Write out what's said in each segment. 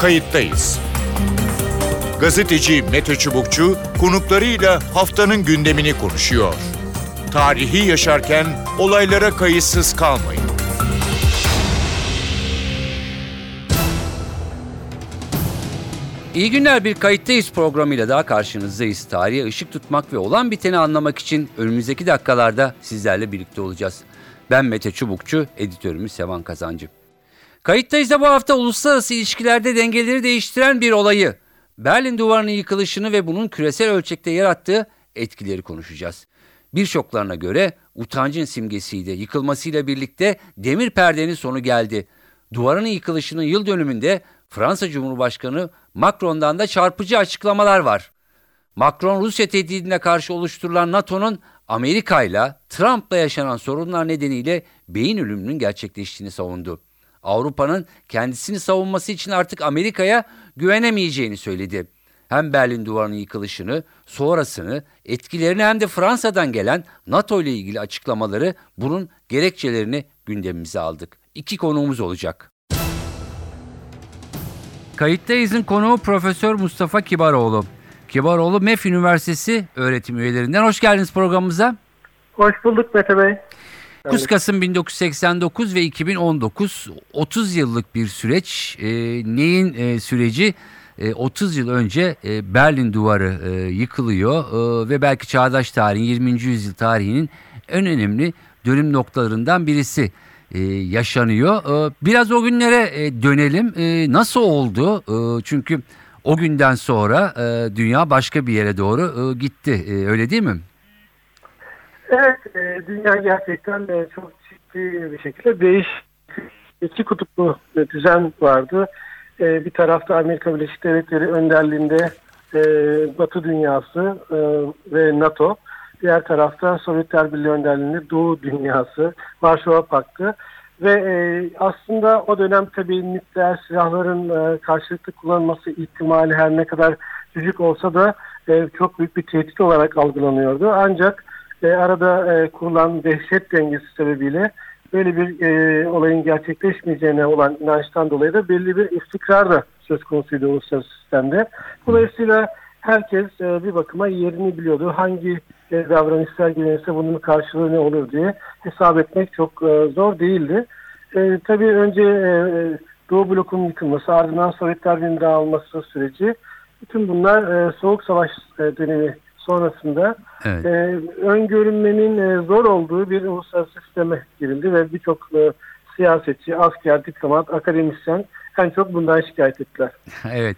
Kayıttayız. Gazeteci Mete Çubukçu konuklarıyla haftanın gündemini konuşuyor. Tarihi yaşarken olaylara kayıtsız kalmayın. İyi günler, bir Kayıttayız programıyla daha karşınızdayız. Tarihe ışık tutmak ve olan biteni anlamak için önümüzdeki dakikalarda sizlerle birlikte olacağız. Ben Mete Çubukçu, editörümüz Sevan Kazancı. Kayıttayız'da bu hafta uluslararası ilişkilerde dengeleri değiştiren bir olayı, Berlin Duvarı'nın yıkılışını ve bunun küresel ölçekte yarattığı etkileri konuşacağız. Birçoklarına göre utancın simgesiydi. Yıkılmasıyla birlikte demir perdenin sonu geldi. Duvarın yıkılışının yıl dönümünde Fransa Cumhurbaşkanı Macron'dan da çarpıcı açıklamalar var. Macron, Rusya tehdidine karşı oluşturulan NATO'nun Amerika'yla, Trump'la yaşanan sorunlar nedeniyle beyin ölümünün gerçekleştiğini savundu. Avrupa'nın kendisini savunması için artık Amerika'ya güvenemeyeceğini söyledi. Hem Berlin Duvarı'nın yıkılışını, sonrasını, etkilerini hem de Fransa'dan gelen NATO ile ilgili açıklamaları, bunun gerekçelerini gündemimize aldık. İki konuğumuz olacak. Kayıttayız'ın konuğu Profesör Mustafa Kibaroğlu. Kibaroğlu MEF Üniversitesi öğretim üyelerinden. Hoş geldiniz programımıza. Hoş bulduk Mete Bey. 9 Kasım 1989 ve 2019 30 yıllık bir süreç. Neyin süreci? 30 yıl önce Berlin Duvarı yıkılıyor ve belki çağdaş tarihin, 20. yüzyıl tarihinin en önemli dönüm noktalarından birisi yaşanıyor. Biraz o günlere dönelim. Nasıl oldu? Çünkü o günden sonra dünya başka bir yere doğru gitti. Öyle değil mi? Evet, dünya gerçekten çok ciddi bir şekilde değişti. İki kutuplu düzen vardı. Bir tarafta Amerika Birleşik Devletleri önderliğinde Batı dünyası ve NATO. Diğer tarafta Sovyetler Birliği önderliğinde Doğu dünyası, Varşova Paktı. Ve aslında o dönem tabii nükleer silahların karşılıklı kullanılması ihtimali her ne kadar düşük olsa da çok büyük bir tehdit olarak algılanıyordu. Ancak arada kurulan dehşet dengesi sebebiyle böyle bir olayın gerçekleşmeyeceğine olan inançtan dolayı da belli bir istikrar da söz konusuydu uluslararası sistemde. Dolayısıyla herkes bir bakıma yerini biliyordu. Hangi davranışlar gelirse bunun karşılığı ne olur diye hesap etmek çok zor değildi. Tabii önce Doğu blokunun yıkılması, ardından Sovyetler Birliği'nin dağılması süreci, bütün bunlar Soğuk Savaş dönemi sonrasında evet, öngörülmenin zor olduğu bir uluslararası sisteme girildi ve birçok siyasetçi, asker, diplomat, akademisyen en çok bundan şikayet ettiler. Evet.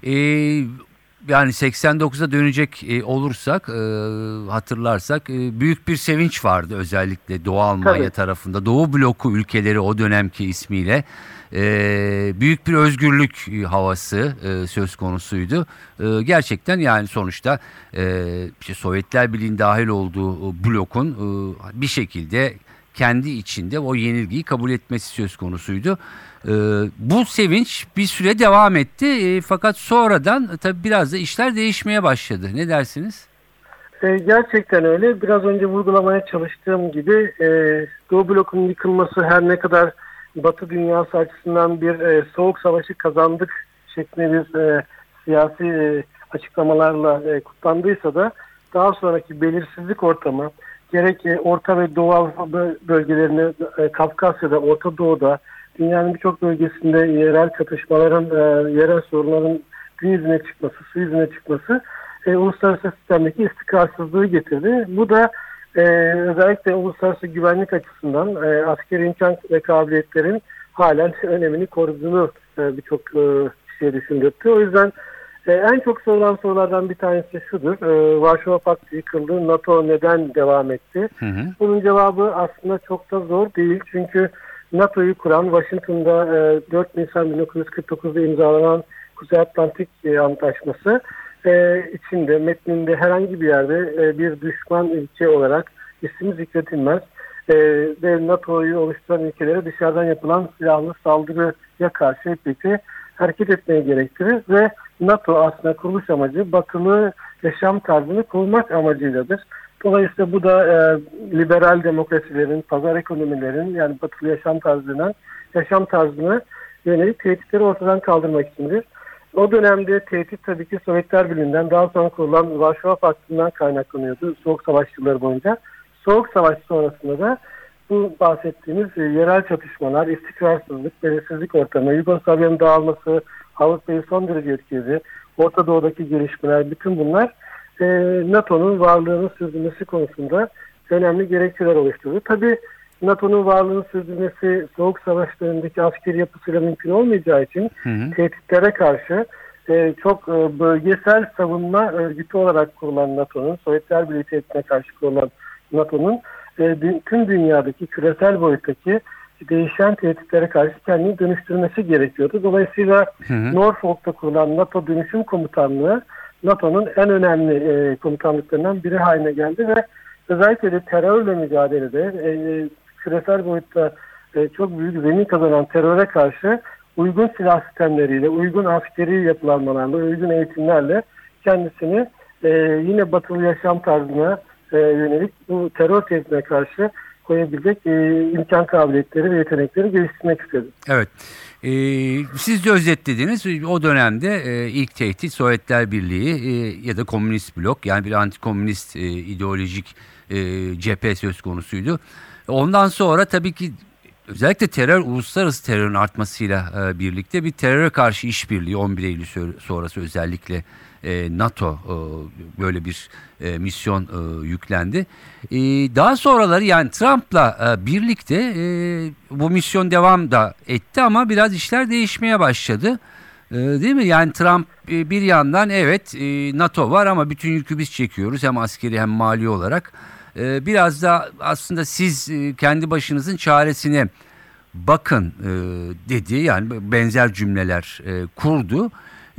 Yani 89'a dönecek olursak, hatırlarsak büyük bir sevinç vardı özellikle Doğu Almanya tarafında. Doğu bloku ülkeleri o dönemki ismiyle büyük bir özgürlük havası söz konusuydu. Gerçekten yani sonuçta işte Sovyetler Birliği'nin dahil olduğu blokun bir şekilde kendi içinde o yenilgiyi kabul etmesi söz konusuydu. Bu sevinç bir süre devam etti fakat sonradan tabii biraz da işler değişmeye başladı. Ne dersiniz? Gerçekten öyle. Biraz önce vurgulamaya çalıştığım gibi Doğu blokunun yıkılması her ne kadar Batı dünyası açısından bir soğuk savaşı kazandık şeklinde bir siyasi açıklamalarla kutlandıysa da daha sonraki belirsizlik ortamı gerek Orta ve Doğu Avrupa bölgelerinde, Kafkasya'da, Orta Doğu'da, dünyanın birçok bölgesinde yerel çatışmaların, yerel sorunların gün yüzüne çıkması, su yüzüne çıkması uluslararası sistemdeki istikrarsızlığı getirdi. Bu da özellikle uluslararası güvenlik açısından askeri imkan ve kabiliyetlerin halen önemini koruduğunu birçok kişiye düşündürttü. O yüzden en çok sorulan sorulardan bir tanesi şudur: Varşova Paktı yıkıldı, NATO neden devam etti? Bunun cevabı aslında çok da zor değil. Çünkü NATO'yu kuran, Washington'da 4 Nisan 1949'da imzalanan Kuzey Atlantik Antlaşması içinde, metninde herhangi bir yerde bir düşman ülke olarak ismi zikredilmez. Ve NATO'yu oluşturan ülkelere dışarıdan yapılan silahlı saldırıya karşı hep birlikte hareket etmeyi gerektirir ve NATO aslında kuruluş amacı batılı yaşam tarzını korumak amacıyladır. Dolayısıyla bu da liberal demokrasilerin, pazar ekonomilerin, yani batılı yaşam tarzına yönelik tehditleri ortadan kaldırmak içindir. O dönemde tehdit tabii ki Sovyetler Birliği'nden, daha sonra kurulan Varşova Paktı'ndan kaynaklanıyordu Soğuk Savaş yılları boyunca. Soğuk Savaş sonrasında da bu bahsettiğimiz yerel çatışmalar, istikrarsızlık, belirsizlik ortamı, Yugoslavya'nın dağılması, Avrupa'yı son derece etkiledi. Orta Doğu'daki gelişmeler, bütün bunlar NATO'nun varlığının sürdürmesi konusunda önemli gerekçeler oluşturdu. Tabii NATO'nun varlığını sürdürmesi Soğuk Savaş dönemindeki askeri yapısıyla mümkün olmayacağı için tehditlere karşı çok bölgesel savunma örgütü olarak kurulan NATO'nun, Sovyetler Birliği tehditine karşı kurulan NATO'nun tüm dünyadaki küresel boyuttaki değişen tehditlere karşı kendini dönüştürmesi gerekiyordu. Dolayısıyla Norfolk'ta kurulan NATO Dönüşüm Komutanlığı NATO'nun en önemli komutanlıklarından biri haline geldi ve özellikle de terörle mücadelede küresel boyutta çok büyük zemin kazanan teröre karşı uygun silah sistemleriyle, uygun askeri yapılanmalarla, uygun eğitimlerle kendisini yine batılı yaşam tarzına yönelik bu terör tehditine karşı koyabilecek imkan kabiliyetleri ve yetenekleri geliştirmek istedi. Evet. Siz de özetlediniz. O dönemde ilk tehdit Sovyetler Birliği ya da komünist blok, yani bir antikomünist ideolojik cephe söz konusuydu. Ondan sonra tabii ki özellikle uluslararası terörün artmasıyla birlikte bir teröre karşı işbirliği 11 Eylül sonrası özellikle NATO böyle bir misyon yüklendi. Daha sonraları yani Trump'la birlikte bu misyon devam da etti ama biraz işler değişmeye başladı. Değil mi? Yani Trump bir yandan evet NATO var ama bütün yükü biz çekiyoruz, hem askeri hem mali olarak. Biraz da aslında siz kendi başınızın çaresine bakın dedi, yani benzer cümleler kurdu.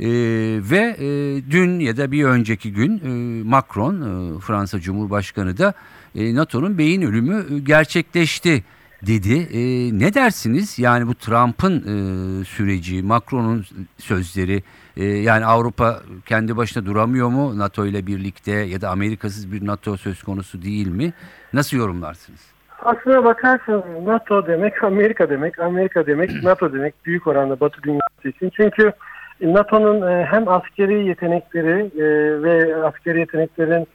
Ve dün ya da bir önceki gün Macron, Fransa Cumhurbaşkanı da NATO'nun beyin ölümü gerçekleşti dedi. Ne dersiniz? Yani bu Trump'ın süreci, Macron'un sözleri, yani Avrupa kendi başına duramıyor mu NATO ile birlikte, ya da Amerikasız bir NATO söz konusu değil mi? Nasıl yorumlarsınız? Aslına bakarsanız NATO demek Amerika demek, Amerika demek NATO demek büyük oranda Batı dünyası için. Çünkü NATO'nun hem askeri yetenekleri ve askeri yeteneklerin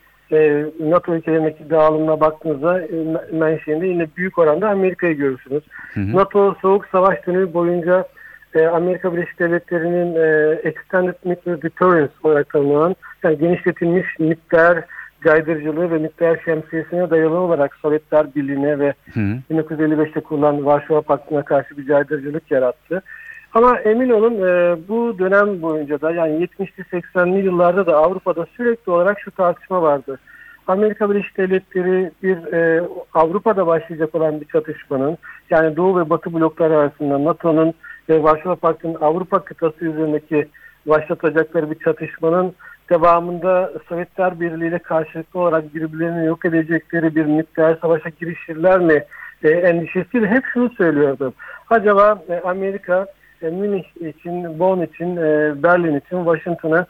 NATO ülkelerindeki dağılımına baktığınızda menşeinde yine büyük oranda Amerika'yı görürsünüz. NATO Soğuk Savaş dönemi boyunca Amerika Birleşik Devletleri'nin Extended Nuclear Deterrence olarak tanımlanan, yani genişletilmiş nükleer caydırıcılığı ve nükleer şemsiyesine dayalı olarak Sovyetler Birliği'ne ve 1955'te kurulan Varşova Paktı'na karşı bir caydırıcılık yarattı. Ama emin olun bu dönem boyunca da, yani 70'li 80'li yıllarda da Avrupa'da sürekli olarak şu tartışma vardı. Amerika Birleşik Devletleri bir Avrupa'da başlayacak olan bir çatışmanın, yani Doğu ve Batı blokları arasında NATO'nun ve Varşova Paktı'nın Avrupa kıtası üzerindeki başlatacakları bir çatışmanın devamında Sovyetler Birliği ile karşılıklı olarak birbirlerini yok edecekleri bir nükleer savaşa girişirler mi endişesiyle hep şunu söylüyordum. Acaba Amerika Münih için, Bonn için, Berlin için, Washington'ı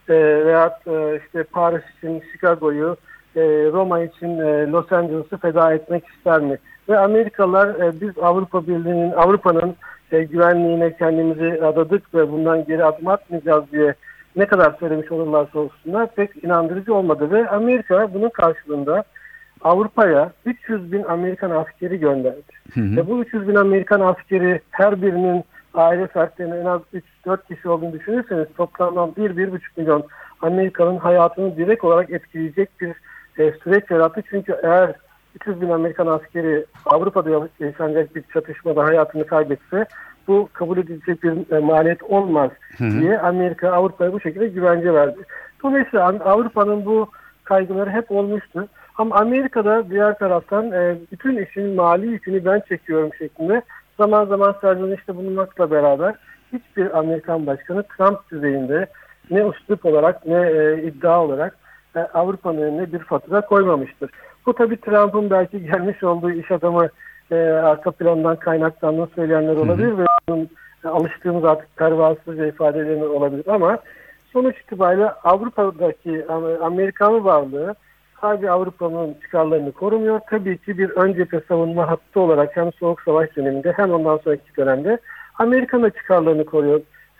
veya işte Paris için Chicago'yu, Roma için Los Angeles'ı feda etmek ister mi? Ve Amerikalılar biz Avrupa'nın güvenliğine kendimizi adadık ve bundan geri adım atmayacağız diye ne kadar söylemiş olurlarsa olsunlar pek inandırıcı olmadı ve Amerika bunun karşılığında Avrupa'ya 300 bin Amerikan askeri gönderdi. Ve bu 300 bin Amerikan askeri, her birinin aile fertlerinin en az 3-4 kişi olduğunu düşünürseniz toplamdan 1-1,5 milyon Amerika'nın hayatını direkt olarak etkileyecek bir süreç yarattı. Çünkü eğer 300 bin Amerikan askeri Avrupa'da yaşanacak bir çatışmada hayatını kaybetse bu kabul edilecek bir maliyet olmaz diye Amerika Avrupa'ya bu şekilde güvence verdi. Dolayısıyla Avrupa'nın bu kaygıları hep olmuştu. Ama Amerika'da diğer taraftan bütün işin mali yükünü ben çekiyorum şeklinde zaman zaman serzenişte bulunmakla beraber hiçbir Amerikan başkanı Trump düzeyinde ne üslup olarak ne iddia olarak Avrupa'nın önüne bir fatura koymamıştır. Bu tabii Trump'ın belki gelmiş olduğu iş adamı arka plandan kaynaklandığını söyleyenler olabilir ve bunun alıştığımız artık pervasızca ifadeleri olabilir ama sonuç itibariyle Avrupa'daki Amerikan varlığı sadece Avrupa'nın çıkarlarını korumuyor. Tabii ki bir ön cephe savunma hattı olarak hem Soğuk Savaş döneminde hem ondan sonraki dönemde Amerika'nın çıkarlarını koruyor.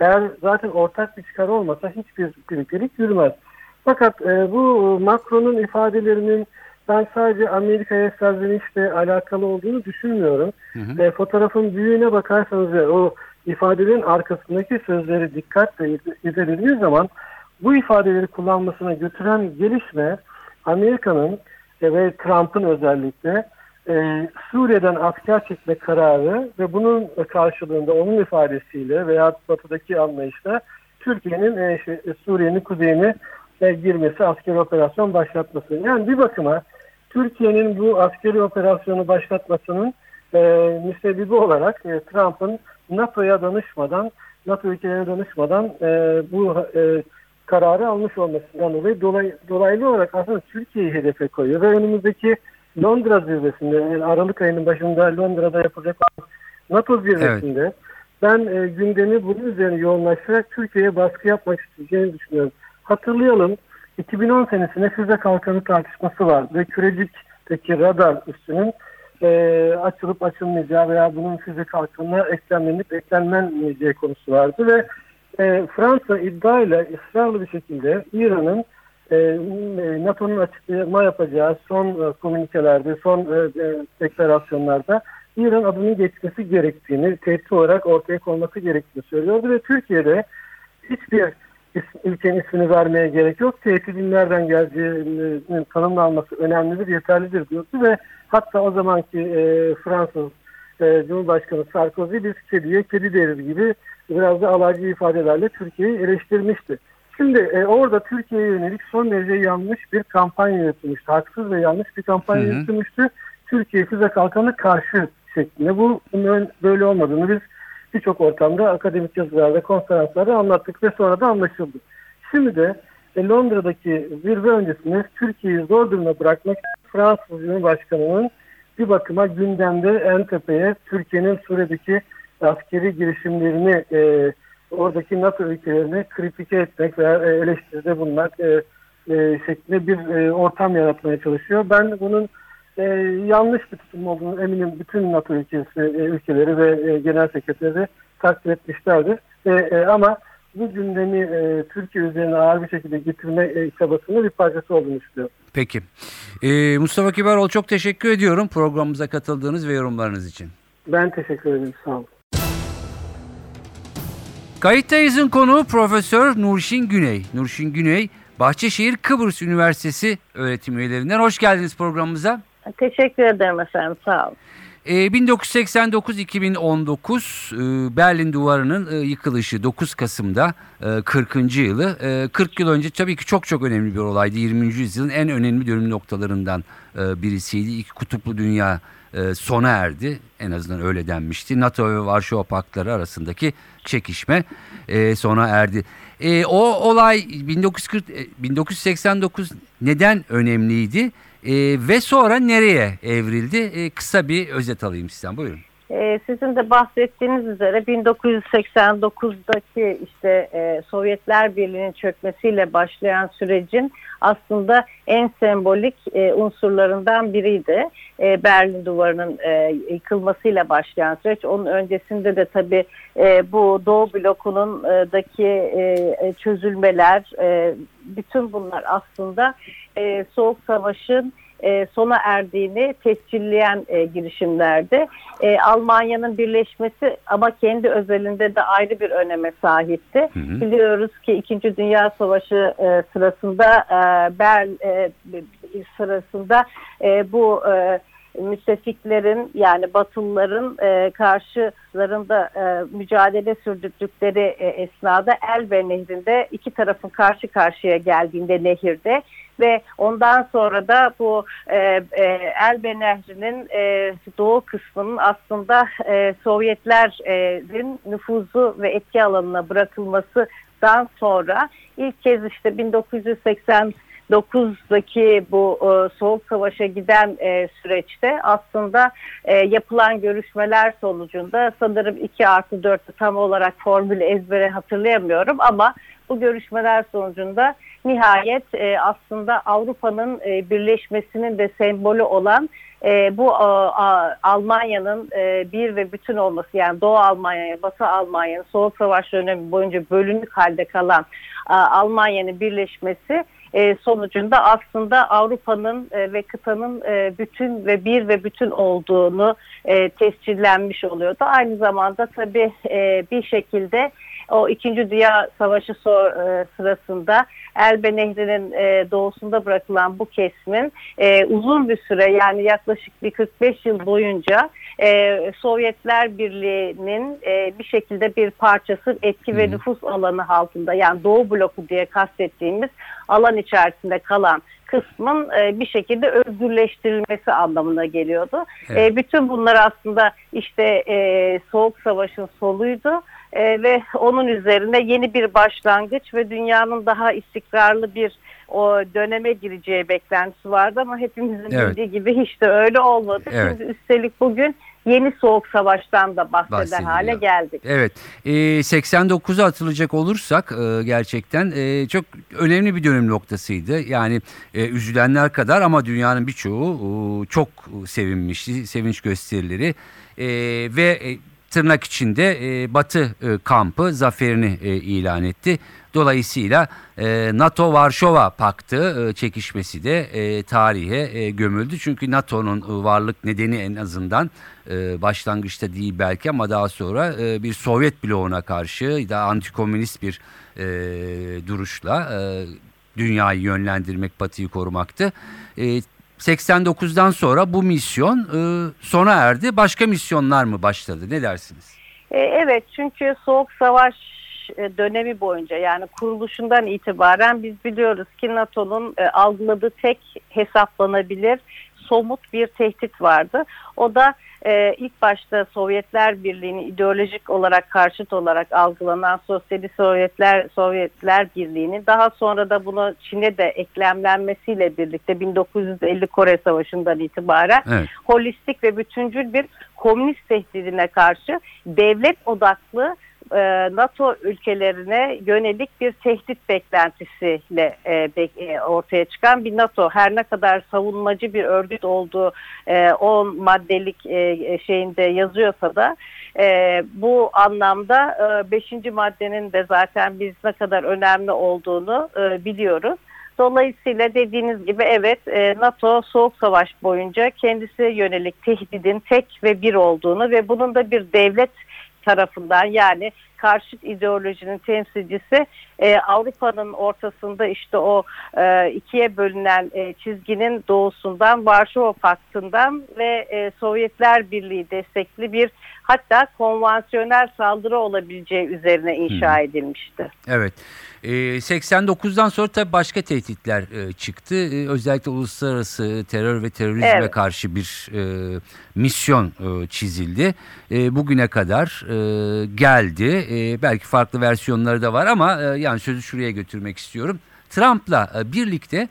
Eğer zaten ortak bir çıkar olmasa hiçbir birliktelik yürümez. Fakat bu Macron'un ifadelerinin ben sadece Amerika'ya serzenişle alakalı olduğunu düşünmüyorum. Fotoğrafın büyüğüne bakarsanız ve o ifadelerin arkasındaki sözleri dikkatle izlediğiniz zaman bu ifadeleri kullanmasına götüren gelişme Amerika'nın ve Trump'ın özellikle Suriye'den asker çekme kararı ve bunun karşılığında onun ifadesiyle veya batıdaki anlayışla Türkiye'nin Suriye'nin kuzeyine girmesi, askeri operasyon başlatması. Yani bir bakıma Türkiye'nin bu askeri operasyonu başlatmasının müsebbibi olarak Trump'ın NATO'ya danışmadan, NATO ülkelerine danışmadan bu kararı almış olmasından dolayı dolaylı olarak aslında Türkiye'yi hedefe koyuyor ve önümüzdeki Londra zirvesinde, yani Aralık ayının başında Londra'da yapılacak olan NATO zirvesinde evet, ben gündemi bunun üzerine yoğunlaştırarak Türkiye'ye baskı yapmak isteyeceğini düşünüyorum. Hatırlayalım, 2010 senesinde füze kalkanı tartışması vardı ve Kürecik'teki radar üssünün açılıp açılmayacağı veya bunun füze kalkanına eklenmenip eklenmeyeceği konusu vardı ve Fransa iddiayla ısrarlı bir şekilde İran'ın NATO'nun açıklama yapacağı son komünitelerde, son deklarasyonlarda İran adının geçmesi gerektiğini, tehdit olarak ortaya konması gerektiğini söylüyordu ve Türkiye'de hiçbir ülkenin ismini vermeye gerek yok. Tehditin nereden geleceğinin tanımlanması önemlidir, yeterlidir diyordu ve hatta o zamanki Fransız Cumhurbaşkanı Sarkozy biz kediye kedi deriz gibi biraz da alaycı ifadelerle Türkiye'yi eleştirmişti. Şimdi orada Türkiye'ye yönelik son derece yanlış bir kampanya yürütülmüştü. Haksız ve yanlış bir kampanya yürütülmüştü. Türkiye füze kalkanı karşı şeklinde. Bunun böyle olmadığını biz birçok ortamda akademik yazılarda, konferanslarda anlattık ve sonra da anlaşıldı. Şimdi de Londra'daki zirve öncesinde Türkiye'yi zor durumda bırakmak Fransız Cumhurbaşkanı'nın bir bakıma gündemde en tepeye Türkiye'nin Suriye'deki askeri girişimlerini oradaki NATO ülkelerini kritike etmek veya eleştiride bulunmak şeklinde bir ortam yaratmaya çalışıyor. Ben bunun yanlış bir tutum olduğunu eminim bütün NATO ülkeleri ve genel sekreteri takdir etmişlerdir. Ama bu gündemi Türkiye üzerine ağır bir şekilde getirme çabasının bir parçası olduğunu düşünüyorum. Peki. Mustafa Kibaroğlu çok teşekkür ediyorum programımıza katıldığınız ve yorumlarınız için. Ben teşekkür ederim. Sağ olun. Kayıttayız'ın konuğu Profesör Nurşin Güney. Nurşin Güney, Bahçeşehir Kıbrıs Üniversitesi öğretim üyelerinden. Hoş geldiniz programımıza. Teşekkür ederim efendim, sağ olun. 1989-2019 Berlin Duvarı'nın yıkılışı 9 Kasım'da 40. yılı. 40 yıl önce tabii ki çok önemli bir olaydı. 20. yüzyılın en önemli dönüm noktalarından birisiydi. İki kutuplu dünya sona erdi. En azından öyle denmişti. NATO ve Varşova Paktları arasındaki çekişme sona erdi. O olay 1989 neden önemliydi? Ve sonra nereye evrildi? Kısa bir özet alayım sizden. Buyurun. Sizin de bahsettiğiniz üzere 1989'daki Sovyetler Birliği'nin çökmesiyle başlayan sürecin aslında en sembolik unsurlarından biriydi. Berlin Duvarı'nın yıkılmasıyla başlayan süreç. Onun öncesinde de tabii bu Doğu blokunun daki çözülmeler, bütün bunlar aslında Soğuk Savaş'ın sona erdiğini tescilleyen girişimlerdi. Almanya'nın birleşmesi ama kendi özelinde de ayrı bir öneme sahipti. Biliyoruz ki 2. Dünya Savaşı sırasında bu müttefiklerin yani Batılıların karşılarında mücadele sürdürdükleri esnada Elbe Nehri'nde iki tarafın karşı karşıya geldiğinde nehirde ve ondan sonra da bu Elbe Nehri'nin doğu kısmının aslında Sovyetlerin nüfuzu ve etki alanına bırakılmasından sonra ilk kez 1989 2009'daki bu Soğuk Savaş'a giden süreçte aslında yapılan görüşmeler sonucunda sanırım 2+4 tam olarak formülü ezbere hatırlayamıyorum ama bu görüşmeler sonucunda nihayet aslında Avrupa'nın birleşmesinin de sembolü olan bu Almanya'nın bir ve bütün olması, yani Doğu Almanya, Batı Almanya'nın Soğuk Savaş dönemi boyunca bölünük halde kalan Almanya'nın birleşmesi sonucunda aslında Avrupa'nın ve kıtanın bütün ve bir ve bütün olduğunu tescillenmiş oluyordu. Aynı zamanda tabii bir şekilde o 2. Dünya Savaşı sırasında Elbe Nehri'nin doğusunda bırakılan bu kesimin uzun bir süre, yani yaklaşık bir 45 yıl boyunca Sovyetler Birliği'nin bir şekilde bir parçası, etki ve nüfus alanı altında, yani Doğu bloku diye kastettiğimiz alan içerisinde kalan kısmın bir şekilde özgürleştirilmesi anlamına geliyordu. Evet. Bütün bunlar aslında işte Soğuk Savaş'ın soluydu. Ve onun üzerine yeni bir başlangıç ve dünyanın daha istikrarlı bir o döneme gireceği beklentisi vardı ama hepimizin bildiği gibi hiç de öyle olmadı. Evet. Şimdi üstelik bugün yeni Soğuk Savaş'tan da bahseder hale geldik. Evet. 89'a atılacak olursak gerçekten çok önemli bir dönüm noktasıydı. Yani üzülenler kadar ama dünyanın birçoğu çok sevinmişti. Sevinç gösterileri ve tırnak içinde Batı kampı zaferini ilan etti. Dolayısıyla NATO-Varşova Paktı çekişmesi de tarihe gömüldü. Çünkü NATO'nun varlık nedeni en azından başlangıçta değil belki ama daha sonra bir Sovyet bloğuna karşı daha antikomünist bir duruşla dünyayı yönlendirmek, Batı'yı korumaktı. 89'dan sonra bu misyon sona erdi. Başka misyonlar mı başladı? Ne dersiniz? Evet, çünkü Soğuk Savaş dönemi boyunca, yani kuruluşundan itibaren biz biliyoruz ki NATO'nun algıladığı tek hesaplanabilir somut bir tehdit vardı. O da ilk başta Sovyetler Birliği'ni ideolojik olarak karşıt olarak algılanan Sosyalist Sovyetler Birliği'nin daha sonra da buna Çin'e de eklemlenmesiyle birlikte 1950 Kore Savaşı'ndan itibaren holistik ve bütüncül bir komünist tehdidine karşı devlet odaklı NATO ülkelerine yönelik bir tehdit beklentisiyle ortaya çıkan bir NATO, her ne kadar savunmacı bir örgüt olduğu 10 maddelik şeyinde yazıyorsa da bu anlamda 5. maddenin de zaten biz ne kadar önemli olduğunu biliyoruz. Dolayısıyla dediğiniz gibi evet, NATO Soğuk Savaş boyunca kendisi yönelik tehdidin tek ve bir olduğunu ve bunun da bir devlet tarafından, yani karşıt ideolojinin temsilcisi Avrupa'nın ortasında işte o ikiye bölünen çizginin doğusundan, Varşova Paktı'ndan ve Sovyetler Birliği destekli bir, hatta konvansiyonel saldırı olabileceği üzerine inşa edilmişti. Evet. 89'dan sonra tabii başka tehditler çıktı. Özellikle uluslararası terör ve terörizme karşı bir misyon çizildi. Bugüne kadar geldi. Belki farklı versiyonları da var ama yani sözü şuraya götürmek istiyorum. Trump'la birlikte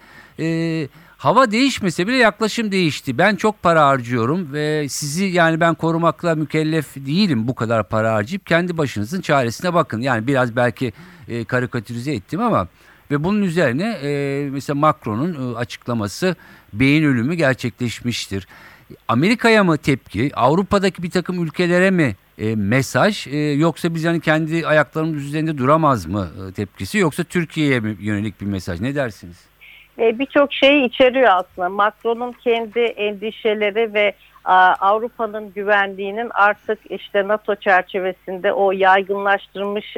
hava değişmese bile yaklaşım değişti. Ben çok para harcıyorum ve sizi, yani ben korumakla mükellef değilim, bu kadar para harcayıp kendi başınızın çaresine bakın. Yani biraz belki karikatürize ettim ama ve bunun üzerine mesela Macron'un açıklaması, beyin ölümü gerçekleşmiştir. Amerika'ya mı tepki, Avrupa'daki bir takım ülkelere mi mesaj, yoksa biz hani kendi ayaklarımız üzerinde duramaz mı tepkisi, yoksa Türkiye'ye mi yönelik bir mesaj? Ne dersiniz? Birçok şeyi içeriyor aslında. Macron'un kendi endişeleri ve Avrupa'nın güvenliğinin artık işte NATO çerçevesinde o yaygınlaştırmış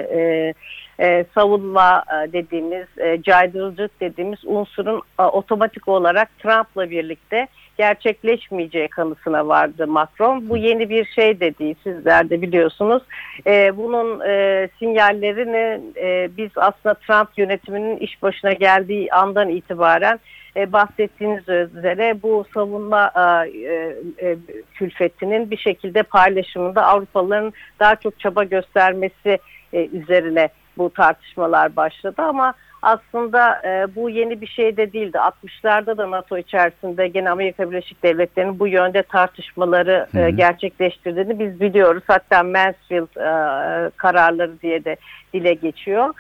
savunma dediğimiz, caydırıcılık dediğimiz unsurun otomatik olarak Trump'la birlikte gerçekleşmeyeceği kanısına vardı Macron. Bu yeni bir şey de değil, sizler de biliyorsunuz. Bunun sinyallerini biz aslında Trump yönetiminin iş başına geldiği andan itibaren bahsettiğiniz üzere bu savunma külfetinin bir şekilde paylaşımında Avrupalıların daha çok çaba göstermesi üzerine bu tartışmalar başladı ama aslında bu yeni bir şey de değildi. 60'larda da NATO içerisinde gene Amerika Birleşik Devletleri'nin bu yönde tartışmaları gerçekleştirdiğini biz biliyoruz. Hatta Mansfield kararları diye de dile geçiyor.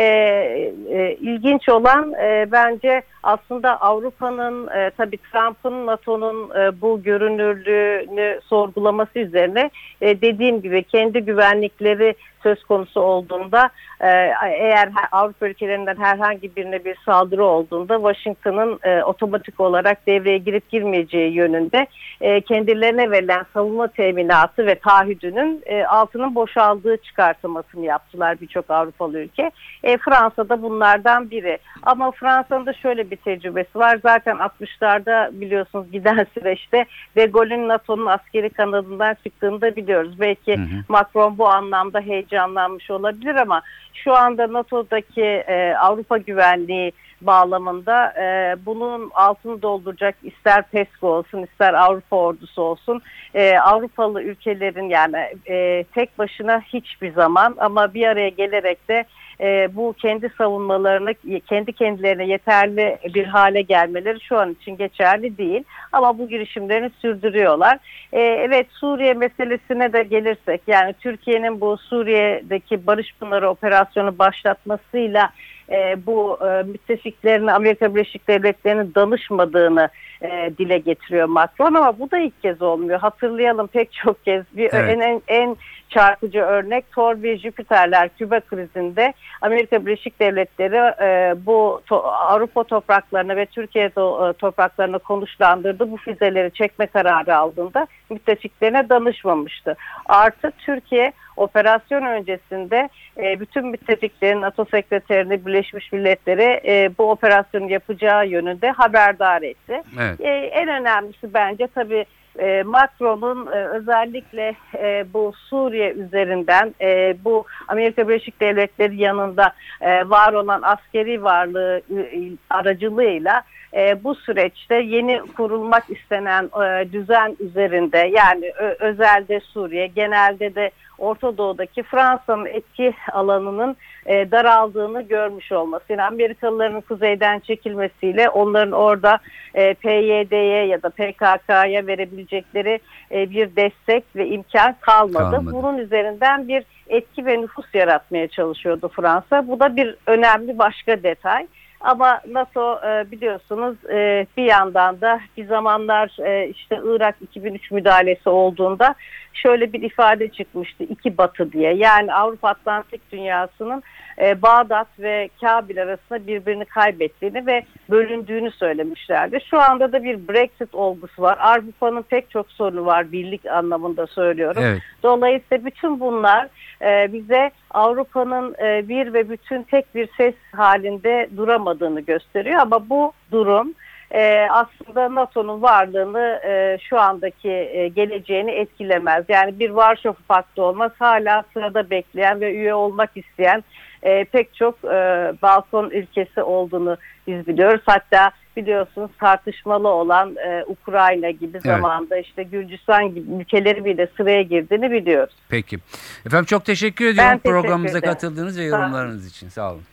İlginç olan bence aslında Avrupa'nın tabii Trump'ın NATO'nun bu görünürlüğünü sorgulaması üzerine dediğim gibi kendi güvenlikleri söz konusu olduğunda eğer Avrupa ülkelerinden herhangi birine bir saldırı olduğunda Washington'ın otomatik olarak devreye girip girmeyeceği yönünde kendilerine verilen savunma teminatı ve taahhüdünün altının boşaldığı çıkartılmasını yaptılar birçok Avrupalı ülke. Fransa da bunlardan biri. Ama Fransa'nın da şöyle bir tecrübesi var. Zaten 60'larda biliyorsunuz giden süreçte De Gaulle'ün NATO'nun askeri kanadından çıktığını da biliyoruz. Belki Macron bu anlamda heyecanlanmış olabilir ama şu anda NATO'daki Avrupa güvenliği bağlamında bunun altını dolduracak ister PESCO olsun ister Avrupa ordusu olsun Avrupalı ülkelerin yani tek başına hiçbir zaman ama bir araya gelerek de bu kendi savunmalarını kendi kendilerine yeterli bir hale gelmeleri şu an için geçerli değil. Ama bu girişimlerini sürdürüyorlar. Evet, Suriye meselesine de gelirsek yani Türkiye'nin bu Suriye'deki Barış Pınarı operasyonu başlatmasıyla bu müttefiklerine Amerika Birleşik Devletleri'nin danışmadığını dile getiriyor Macron ama bu da ilk kez olmuyor. Hatırlayalım pek çok kez en çarpıcı örnek Thor ve Jüpiter'ler Küba krizinde Amerika Birleşik Devletleri bu Avrupa topraklarına ve Türkiye topraklarına konuşlandırdı. Bu füzeleri çekme kararı aldığında müttefiklerine danışmamıştı. Artı Türkiye operasyon öncesinde bütün müttefiklerin NATO Sekreterini Birleşmiş Milletleri bu operasyonu yapacağı yönünde haberdar etti. Evet. En önemlisi bence tabii Macron'un özellikle bu Suriye üzerinden bu Amerika Birleşik Devletleri yanında var olan askeri varlığı aracılığıyla bu süreçte yeni kurulmak istenen düzen üzerinde yani özelde Suriye genelde de Orta Doğu'daki Fransa'nın etki alanının daraldığını görmüş olması. Yani Amerikalıların kuzeyden çekilmesiyle onların orada PYD'ye ya da PKK'ya verebilecekleri bir destek ve imkan kalmadı. Bunun üzerinden bir etki ve nüfus yaratmaya çalışıyordu Fransa. Bu da bir önemli başka detay. Ama NATO biliyorsunuz bir yandan da bir zamanlar işte Irak 2003 müdahalesi olduğunda şöyle bir ifade çıkmıştı, iki batı diye. Yani Avrupa Atlantik dünyasının Bağdat ve Kabil arasında birbirini kaybettiğini ve bölündüğünü söylemişlerdi. Şu anda da bir Brexit olgusu var. Avrupa'nın pek çok sorunu var, birlik anlamında söylüyorum. Evet. Dolayısıyla bütün bunlar bize Avrupa'nın bir ve bütün tek bir ses halinde duramadığını gösteriyor. Ama bu durum aslında NATO'nun varlığını şu andaki geleceğini etkilemez. Yani bir Varşova Paktı olmaz. Hala sırada bekleyen ve üye olmak isteyen pek çok Balkan ülkesi olduğunu biz biliyoruz. Hatta biliyorsunuz tartışmalı olan Ukrayna gibi zamanda işte Gürcistan gibi ülkeleri bile sıraya girdiğini biliyoruz. Peki. Efendim çok teşekkür ediyorum programımıza katıldığınız ve yorumlarınız için. Sağ olun.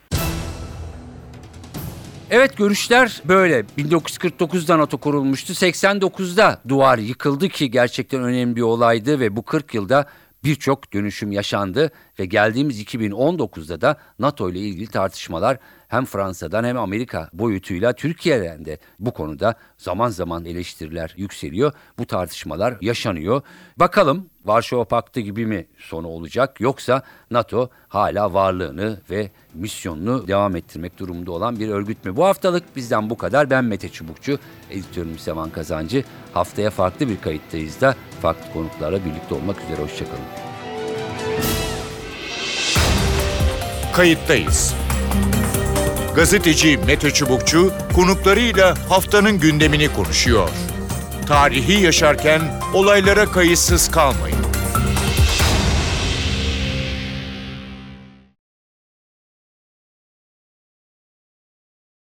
Evet, görüşler böyle. 1949'da NATO kurulmuştu. 89'da duvar yıkıldı ki gerçekten önemli bir olaydı ve bu 40 yılda birçok dönüşüm yaşandı ve geldiğimiz 2019'da da NATO ile ilgili tartışmalar hem Fransa'dan hem Amerika boyutuyla Türkiye'den de bu konuda zaman zaman eleştiriler yükseliyor. Bu tartışmalar yaşanıyor. Bakalım Varşova Paktı gibi mi sonu olacak yoksa NATO hala varlığını ve misyonunu devam ettirmek durumunda olan bir örgüt mü? Bu haftalık bizden bu kadar. Ben Mete Çubukçu, editörüm Sevan Kazancı. Haftaya farklı bir kayıttayız da farklı konuklarla birlikte olmak üzere. Hoşçakalın. Kayıttayız. Gazeteci Mete Çubukçu konuklarıyla haftanın gündemini konuşuyor. Tarihi yaşarken olaylara kayıtsız kalmayın.